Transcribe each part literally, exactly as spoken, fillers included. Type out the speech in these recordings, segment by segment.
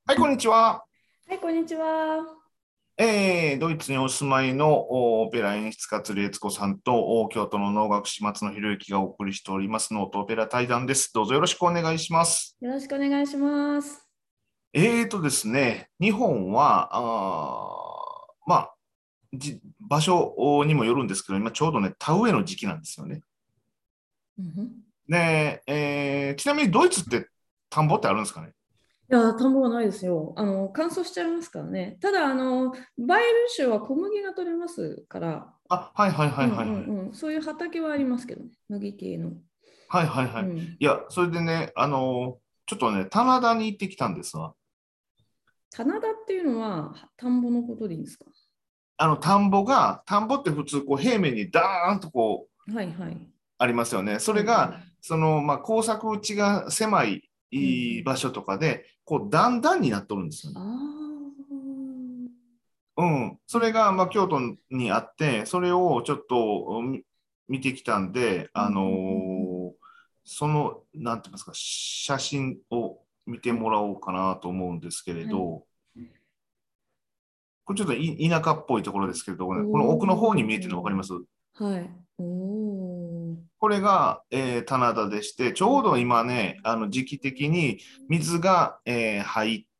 はい、こんにちは。 はい、こんにちは。 えー、ドイツにお住まいのおオペラ演出家、鶴悦子さんと、お京都の能楽師松野博之がお送りしておりますノートオペラ対談です。どうぞよろしくお願いします。 よろしくお願いします。 えーとですね、日本は、あーまあ、じ場所にもよるんですけど、今ちょうどね、田植えの時期なんですよね。 うんふん。 で、えーちなみにドイツって田んぼってあるんですかね？ いや、田んぼはないですよ。あの、乾燥しちゃいますからね。ただ、あの、バイエル州は小麦が取れますから、 あ、はいはいはうんいはいはい。 うんうん、そういう畑はありますけどね、麦系の。 はいはいはい。 うん。 いや、それでね、あのちょっとね、棚田に行ってきたんですわ。 棚田っていうのは、田んぼのことでいいんですか？ あの、田んぼが、田んぼって普通、こう、平面にダーンとこう、 はいはい。 ありますよね。そうんうれが、 ん。 その、まあ、工作地が狭いうんうん。 いい場所とかで、こう、段々になっとるんですよね。 ああ。 うん。それが、まあ、京都にあって、それをちょっとみ見てきたんで、あのうんうんうんーその、なんて言いますか、写真を見てうん。はいもらおうかなと思うんですけれはい。 ど、これちょっとい田舎っぽいところですけれど、 おこの奥の方に見えてるの分かりお。 ます？ はい。おお。 これが、えー棚田でして、ちょうど今ね、あの時期的に水が、えー入って、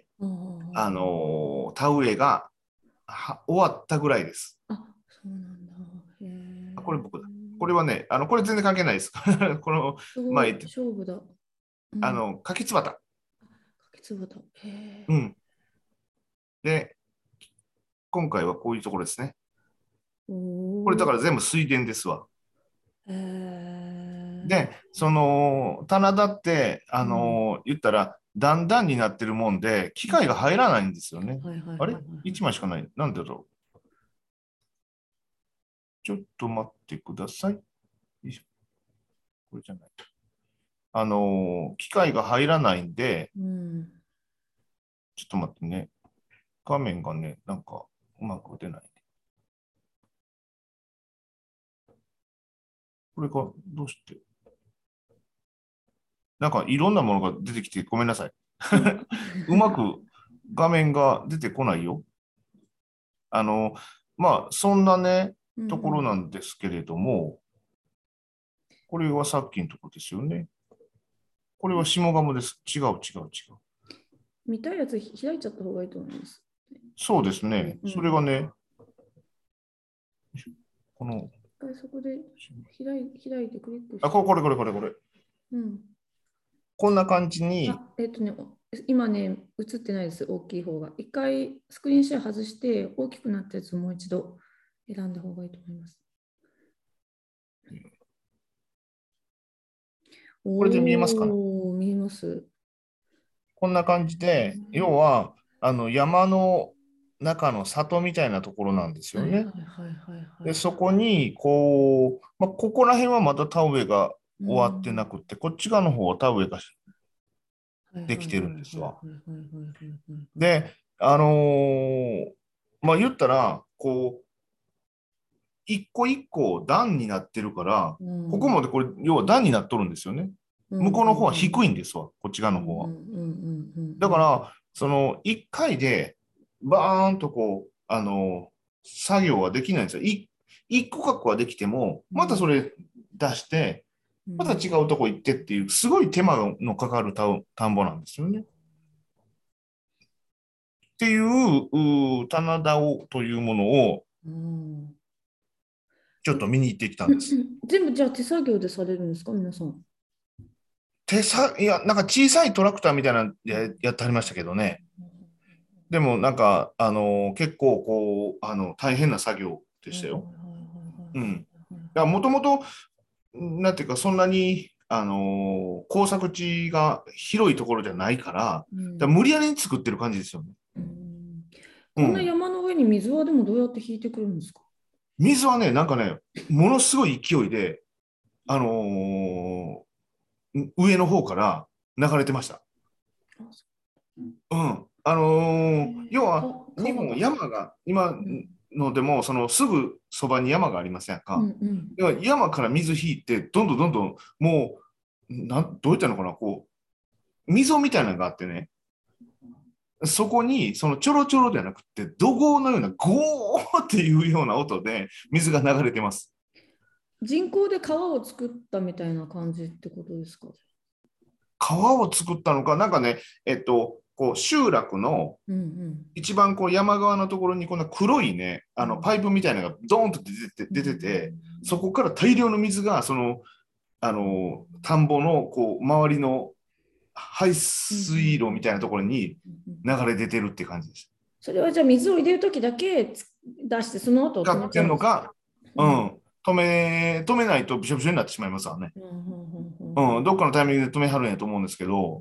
あああ。 のー田植えがは終わったぐらいです。 あ、そうなんだ。へあこれえ。 僕だ。これはね、あのこれ全然関係ないです。このすごい、 前、 勝負だ。うん。 あの、柿つばた。 かけつばだ。へえ。 うん。で、今回はこういうところですね。 おこれだからお。 全部水田ですわ。 へえ。 で、その、棚田って、あうん。 のー言ったら、段々になってるもんで、機械が入らないんですよね。 はいはいはいあれ？ はいはい。 いち 枚しかない。なんでだろう。ちょっと待ってください。よいしょ、これじゃない。あのー機械が入らないんで、 うん。 ちょっと待ってね。画面がね、なんか、うまく出ない。これが、どうして、なんかいろんなものが出てきてごめんなさい。 うん。 うまく画面が出てこないよ。あの、まあ、そんなね、 うんうところなん。 んですけれども、これはさっきのところですよね。これは下鴨です。違う違う違う。 見たいやつ開いちゃった方がいいと思います。 そうですね。 うんうん。 それがね、この、 一回そこで開い、開いてクリックしあ、 て。 これこれこれこれこれ。 うん。 こんな感じに、 あ、えっとね、お今ね、映ってないです、大きい方が。一回スクリーンシェア外して、大きくなったやつをもう一度選んだ方がいいと思います。 これで見えますか？ おー、見えます。 こんな感じうで、要ん。 は、あの、山の中の里みたいなところなんですはいよね。 はいはいはいはで、 い。 そこに、こう、まあ、ここら辺はまだ田植えがう終わってなん。 くて、こっち側の方は田植えがはいはいはいはいできてるんですわ。 はいはいはいはいはい。 で、あのーまあ、言ったら、こう、一個一個段になってるから、 うここまん。 でこれ、要は段になっとるんですよね。 うんうん向こうの方はうん。 低いんですわ、こっち側うんうんの方は。 うんうんうん。 だから、その、一回で、バーンとこう、あのー作業はできないんですよ。い一個確はできても、またそうんれ出して、また違うん。 うとこ行ってっていう、すごい手間のかかる田田んぼなんですよね。っていう、う棚田をというものをうん。 ちょっと見に行ってきたんです。 全部じゃあ手作業でされるんですか、皆さん。 手さ、いや、なんか小さいトラクターみたいなのや、やってはりましたけどね。でもなんか、あの結構こう、あの、大変な作業ではいはいしたよ。 はいうん。 はいはいはい。 もともと、なんていうか、そんなに、あの工作地が広いところじゃないから、だからうん。 無理やりに作ってる感じですよね。 うん。こんなうん。 山の上に水はでもどうやって引いてくるんですか？ 水はね、なんかね、ものすごい勢いで、あのー上の方から流れてました。 あ、そうん。あのう。へー要え。か、 は、日本は川が。 山が、今うん。 のでも、そのすぐそばに山がありませんうんか。 うん。 要は山から水引いて、どんどんどんどん、もう、なん、どういったのかな、こう、溝みたいなのがあってね、 そこにそのちょろちょろではなくて怒号のようなゴーっていうような音で水が流れてます。 人工で川を作ったみたいな感じってことですか？ 川を作ったのか、なんかね、えっと、こう集落のうんうん一番こう山側のところにこんな黒いね、あのパイプみたいなのがドーンと出てて、出てて、そこから大量の水がその、あの田んぼのこう周りの排水路みたいなところに流れ出てるって感じです。 それはじゃあ水を入れるときだけ出してその後を止め使ってんちゃうんですか？ のか、うん、止め、止めないとびしょびしょになってしまいますわね。うん、どっかのタイミングで止めはるんやと思うんですけど、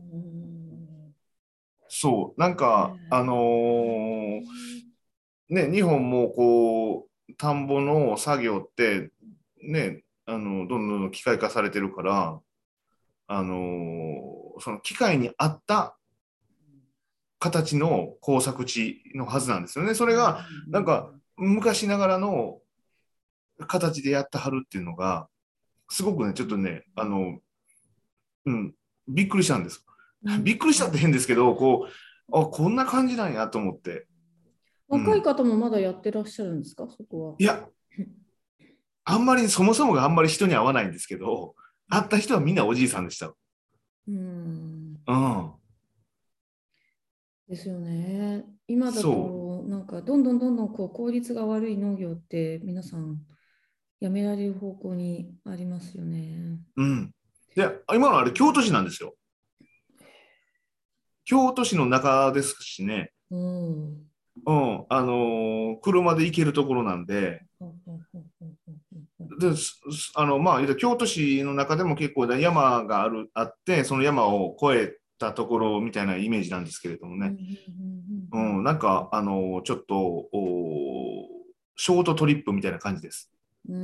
そう、なんか、あのーね、日本もこう、田んぼの作業って、ね、あの、どんどんどん機械化されてるから、あのーその機械に合った形の工作地のはずなんですよね。それが、なんか、昔ながらの形でやってはるっていうのが、すごくね、ちょっとね、あの、うん、びっくりしたんです。びっくりしたって変ですけど、こう、あ、こんな感じなんやと思って。う若いん。 方もまだやってらっしゃるんですか、そこは？ いや、あんまり、そもそもがあんまり人に会わないんですけど、会った人はみんなおじいさんでした。 うん。 うん。 ですよね。今だそと、なんかどんどんどんどんこう効率が悪い農業って皆さんやめられる方向にありますよね。 う。うん。で、今のあれ、京都市なんですよ。京都市の中ですしね。 うん。 うん。あのー車で行けるところなんで、で、すすあの、まあ、言うと京都市の中でも結構山がある、あって、その山を越えたところみたいなイメージなんですけれどもね。うん、なんか、あの、ちょっと、おショートトリップみたいな感じです。 うん。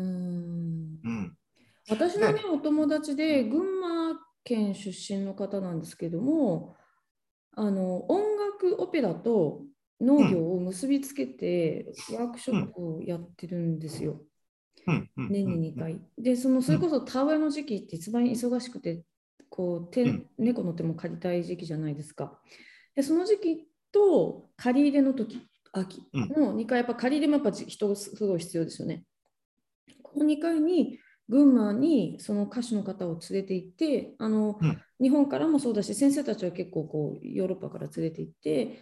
うん。 私のね、 で、 お友達で群馬県出身の方なんですけども、あの音楽オペラと農業うん、 を結びつけてワークショッうん、 プをやってるんですよ。 うん、うん、 年にうん、うん、 にかい。で、そのそうん、 れこそ田植えの時期って一番忙しくて、こう手うん、 猫の手も借りたい時期じゃないですか。で、その時期と借り入れの時、秋うん、 のにかい、やっぱ借り入れもやっぱ人がすごい必要ですよね。このにかいに群馬にその歌手の方を連れて行って、あのうん、 日本からもそうだし、先生たちは結構こうヨーロッパから連れて行って、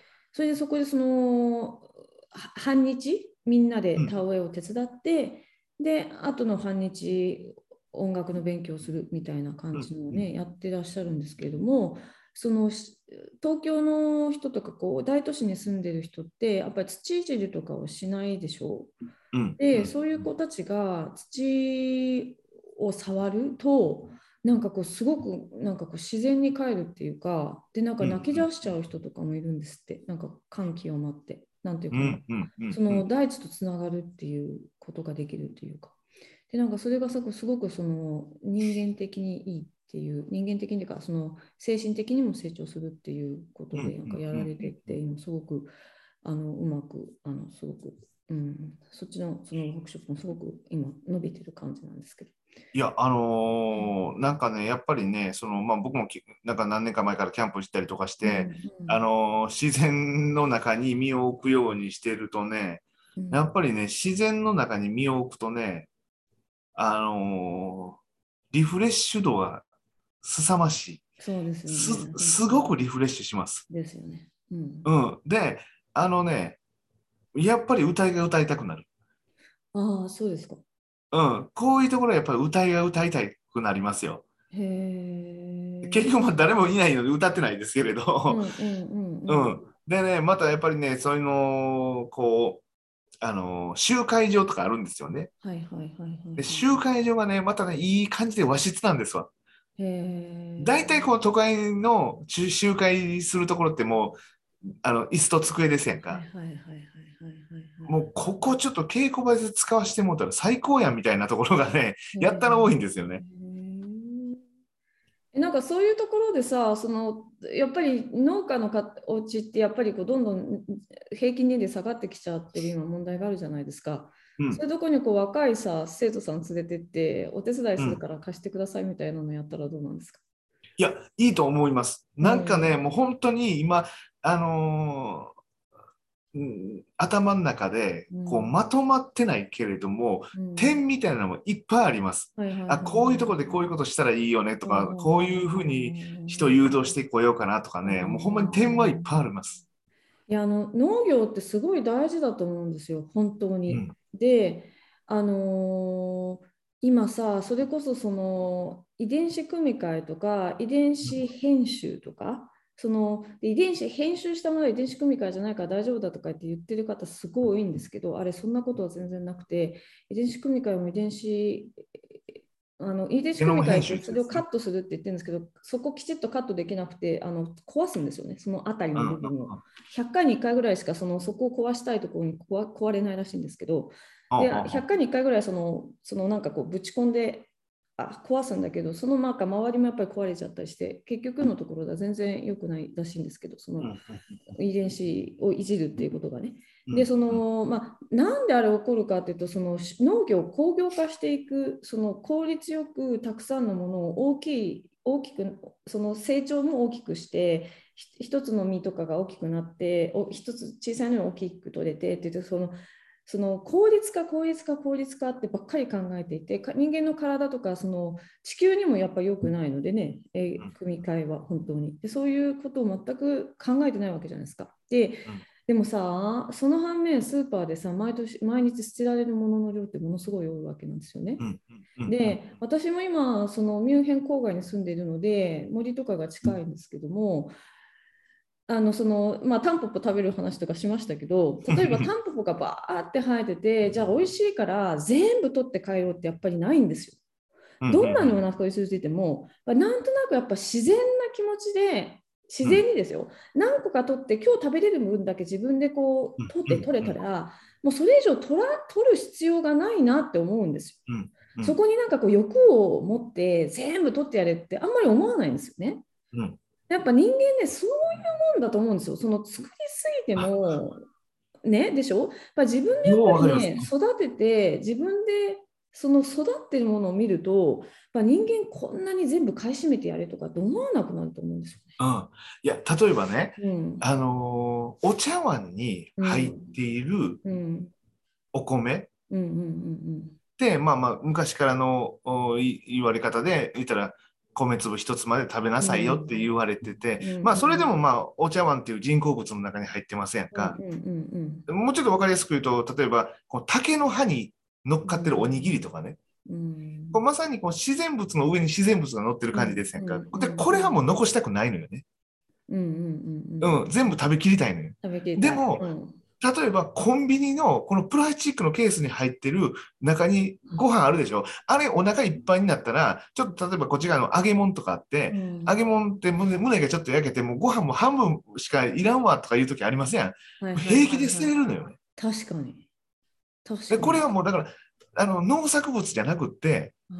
それでそこでその半日みんなで田植えを手伝って、で、あとの半日音楽の勉強をするみたいな感うん、 じのをうん、 ね、やってらっしゃるんですけれども、その東京の人とかこう大都市に住んでる人ってやっぱり土いじりとかをしないでしょう。 うん、うで、 ん、 そういう子たちが土を触ると、なんかこうすごくなんかこう自然に帰るっていうか、で、なんかうん、 泣き出しちゃう人とかもいるんですって、なんか感極まって、なんていうかな、 うん、うん、うん、 そのうん、 大地とつながるっていうことができるっていうか、で、なんかそれがさすごくその人間的にいいっていう、人間的にか、その精神的にも成長するっていうことで、なんかやられてて、今すごくあのうまく、あのすごく、うん、そっちのそのワークショップもすごく今伸びてる感じなんですけど。 いや、あのーなんかね、やっぱりね、その、まあ、僕もきなんか何年か前からキャンプしたりとかしうんて、あのー自然の中に身を置くようにしてるとね、 うんうん、 やっぱりね、自然の中に身を置くとね、あのーリフレッシュ度が凄ましい。 そうですよす、 ね、本す当に。 ごくリフレッシュします。 ですよね。うん、 うん。で、あのね、やっぱり歌いが歌いたくなる。 ああ、そうですか。 うん。こういうところはやっぱり歌いが歌いたくなりますよ。 へえ。 結局まあ誰もいないので歌ってないですけれど、 うんうんうんううん。 ん。でね、またやっぱりね、そういうの、こう、あの、集会場とかあるんですよね。 はいはいはいはいで、 は集会場がね、またね、いい感じで和室なんですわ。 い。へえ。 大体こう都会の集集会するところってもう、あの、椅子と机ですやんか。 はいはいはいはいはいはいはい。 もうここちょっと稽古場で使わせてもらったら最高やんみたいなところがね、 へやったら多いんですよえ。 ね。 えなんかそういうところでさ、そのやっぱり農家のかお家ってやっぱりこうどんどん平均年齢下がってきちゃってる今問題があるじゃないですか。 うん、 そういうところにこう若いさ生徒さん連れてってお手伝いうん。 するから貸してくださいみたいなのやったらどうなんですか？ いや、いいと思います。 うなんかね、 ん。 もう本当に今、 あのーうん、頭の中でこううん。 まとまってないけれども、 うん。 点みたいなのもいっぱいあります。 はいはいはいあ、こういうところではい。 こういうことしたらいいよねとほうか、 ほうほうこういうふうに人をほ誘導してこようかなとかう。 ね、もうほんまに点はいっぱいありああ。 ます。 いや、あの、農業ってすごい大事だと思うんですよ、本当に。 うん。 で、あのー今さ、それこそその遺伝子組み換えとか遺伝子編集とか、そので遺伝子編集したものは遺伝子組み換えじゃないから大丈夫だとかって言ってる方すごい多いんですけど、あれそんなことは全然なくて、遺伝子組み換えも遺伝子あの遺伝子ゲノム編組み換えって集ってですね。 それをカットするって言ってるんですけど、そこきちっとカットできなくてあの壊すんですよね、そのあたりうん。 のうん。 部分を。ひゃっかいにいっかいぐらいしかそのそこを壊したいところに壊壊れないらしいんですけど、でひゃっかいにいっかいぐらいそのそのなんかこうぶち込んであ壊すんだけど、そのなんか周りもやっぱり壊れちゃったりして、結局のところでは全然良くないらしいんですけど、そのうん。 遺伝子をいじるっていうことがね。で、 うん。 そうん。 の、まあ、なんであれ起こるかっていうと、その農業を工業化していく、その効率よくたくさんのものを大きい、大きく、その成長も大きくして、一つの実とかが大きくなって、一つ小さいのが大きく取れてって言って、そのその効率化、効率化、効率化ってばっかり考えていて、人間の体とかその地球にもやっぱり良くないのでね、えー組み換えは本当にで。そういうことを全く考えてないわけじゃないですか。で、 うん。 でもさ、その反面、スーパーでさ、毎年、毎日捨てられるものの量ってものすごい多いわけなんですよね。 うん。うん。うん。 で、私も今、そのミュンヘン郊外に住んでいるので、森とかが近いんですけども、あのそのまあ、タンポポ食べる話とかしましたけど、例えばタンポポがバーって生えてて、じゃあ美味しいから全部取って帰ろうってやっぱりないんですよ。 うん。うん。 どんなにおうん。 腹に空いてても、なんとなくやっぱ自然な気持ちで、自うん。 然にですよ、何個か取って、今日食べれる分だけ自分でこう取って取れたら、もうそれ以上取ら取る必要がないなって思うんですよ。 うん。うん。 そこになんかこう欲を持って全部取ってやれってあんまり思わないんですよね。 うん。 やっぱ人間ね、そういうもんだと思うんですよ。その作りすぎても、ね、でしょ、やっぱ自分でやっようわかります。 ぱりね、育てて、自分でその育ってるものを見ると、やっぱ人間こんなに全部買い占めてやれとかって思わなくなると思うんですようん。いや、例えばね、 ね。うん、 あのーお茶碗にうん、 入っているうん、 お米うん、うん、 って、まあまあ、昔からのおい言われ方で、言ったら、米粒一つまで食べなうん、 さいよってうん、 言われてて、 うん、 まあ、それでもうん、 まあ、お茶碗っていう人工物の中に入ってますやんうん、 か。 うん、 もうちょっとわかりやすく言うと、例えば、こう竹の葉に乗っかってるおにぎりとかね。 うん、 こうまさにこう自然物の上に自然物が乗ってる感じうん、 ですやんか。 うん、うで、これはもうん、 残したくないのよね。 うん、うん、 うん、全部食べきりたいのよ。 食べきりたい。 でも、 うん。 例えばコンビニのこのプラスチックのケースに入ってる中にご飯あるでしょ。あれお腹いっぱいになったら、ちょっと例えばこっち側の揚げ物とかあって、揚うん。 げ物って胸胸がちょっと焼けて、もうご飯も半分しかいらんわとかいう時ありません。 はいはい平気で捨てはいはい。 れるのよね。 確かに。 で、 確かに。 これはもうだから、あの農作物じゃなくって、 うん、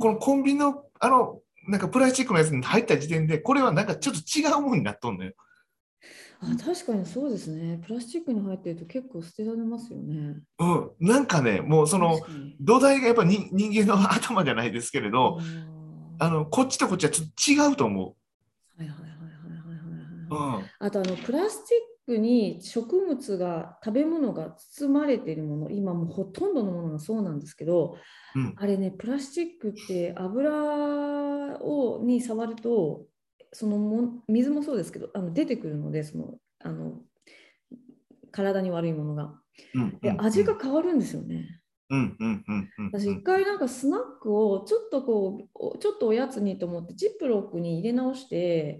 このコンビニのあの、なんかプラスチックのやつに入った時点で、これはなんかちょっと違うものになっとんのよ。 あ、確かにそうですね。プラスチックに入ってると結構捨てられますよね。 うん、なんかね、もうその確かに。 土台がやっぱり人間の頭じゃないですけれあど、ああ。 のこっちとこっちはちょっと違うと思はいはいはいはいはいはいう。うはい。 ん、 あとあのプラスチックに植物が食べ物が包まれているもの、今もうほとんどのものがそうなんですけど、 うん、 あれね、プラスチックって油をに触ると、そのも水もそうですけど、あの出てくるので、そのあの体に悪いものが。 うん、うで、 ん、うん、 味が変わるんですよね。 うん、うん、うん、うん、 私、 うん、 一回なんかスナックをちょっとこう、おちょっとおやつにと思って、ジップロックに入れ直して、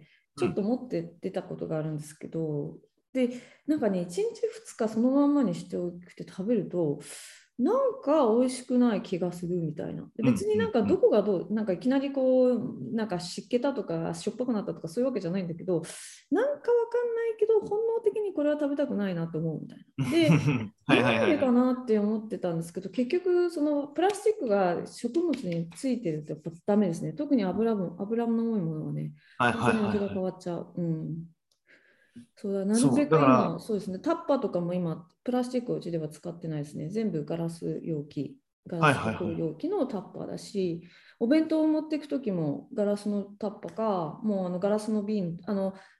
ちうん、 ょっと持って出たことがあるんですけど、で、なんかね、いちにちふつかそのまんまにしておくて食べると、なんか美味しくない気がするみたいな。で、 うん、 別になんかうん、 どこがどう、なんかいきなりこう、なんか湿気たとか、しょっぱくなったとかそういうわけじゃないんだけど、なんかわかんないけど、本能的にこれは食べたくないなと思うみたいな。で、 はいなんはいはいはい。 でかなって思ってたんですけど、結局、そのプラスチックが食物についてるとやっぱダメですね。特に油分、油の多いものはね、 はいはい本当に味がはいはい。 変わっちゃう。うん。そうだ、なるべそう、だく今、 から、 そうですね、タッパーとかも今、プラスチックをうちでは使ってないですね。全部ガラス容器、ガラはいス加工はいはい。 容器のタッパーだし、お弁当を持っていくときもガラスのタッパーか、もうあのガラスの瓶、あの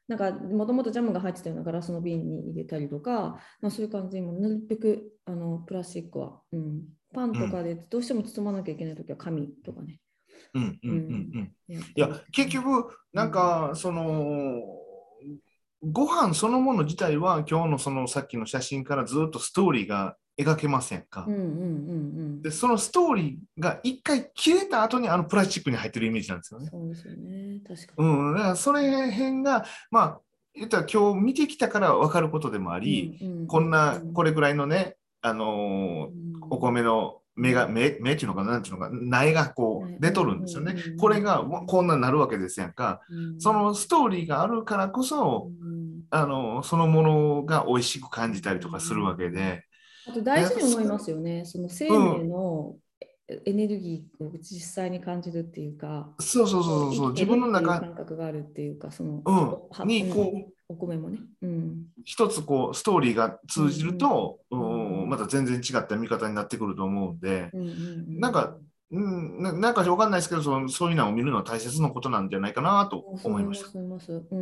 なんかもともとジャムが入ってたようなガラスの瓶に入れたりとか、まあ、そういう感じにもなるべくあのプラスチックは、うん、パンとかでどうしても包まなきゃいけないときは紙とかね、 うんうんううんうん。 ん、やっいや、 てる。 結局、なんか、その、ご飯そのもの自体は、今日のそのさっきの写真からずっとストーリーが描けませんか。 うんうんうんで、そのストーリーが一回切れた後にあのプラスチックに入ってるイメージなんですよね。 そうですよね、確かうん、だからそれ辺が、まあ、言ったら今日見てきたから分かることでもあに。 り、 うんうんこんな、 うんこれぐらいのね、あのうーおん米の芽が、 うん芽、芽っていうのかな、なんていうのか、苗がこね、 う出とうんるんですよね。 うんうんこれがわこんなになるわけですやんか。 うんうんそのストーリーがあるからこうそ、 んあのーそのものが美味しくう感じたりとかするわけん。 で、 あと大やっぱそ事に思いますよね。その生命うん、 のエエネルギーを実際に感じるっていうか、 そうそうこうそうそう、自生きてる分の中、 っていう感覚があるっていうか、そのうん、 おは、うにこん、 う、 お米もね。うん。 一つこうストーリーが通じるうんうんと、ううんんまた全然違った見方になってくると思うんで、 うんうんなんか、うん、ななんかわかんないですけど、そのそういうのを見るのは大切なことなんじゃないかなとうん。そう思います、 思いました。 思います。うん。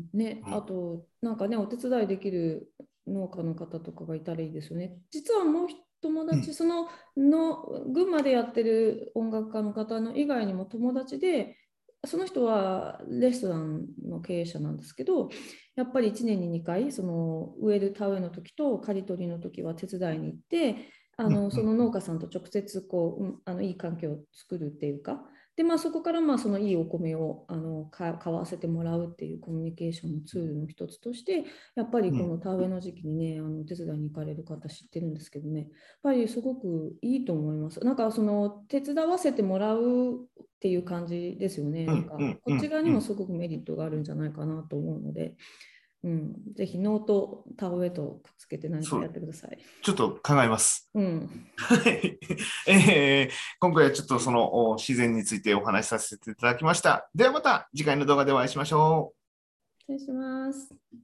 ね、 うん、 あと、なんかね、お手伝いできる農家の方とかがいたらいいですよね。実はもう一友達、 うん、 そのの群馬でやってる音楽家の方の以外にも友達で、その人はレストランの経営者なんですけど、やっぱりいちねんににかい、その植える田植えの時と刈り取りの時は手伝いに行って、あうん、 のそうん、 の農家さんと直接こう、うん、あのいい環境を作るっていうか、で、まあ、そこからまあそのいいお米をあのか買わせてもらうっていうコミュニケーションのツールの一つとして、やっぱりうん、 この田植えの時期にね、あのお手伝いに行かれる方知ってるんですけどね、やっぱりすごくいいと思います。なんかその手伝わせてもらうっていう感じですよね。 うん、うなんかん、うん、 こっち側にうん。 もすごくメリットがあるんじゃないかなと思うので、うん、ぜひノート田植えとくっつけて何かやっそう、 てください。 ちょっと考えます。 うん。 はい。えー今回はちょっとそのお自然についてお話しさせていただきました。ではまた次回の動画でお会いしましょう。 失礼します。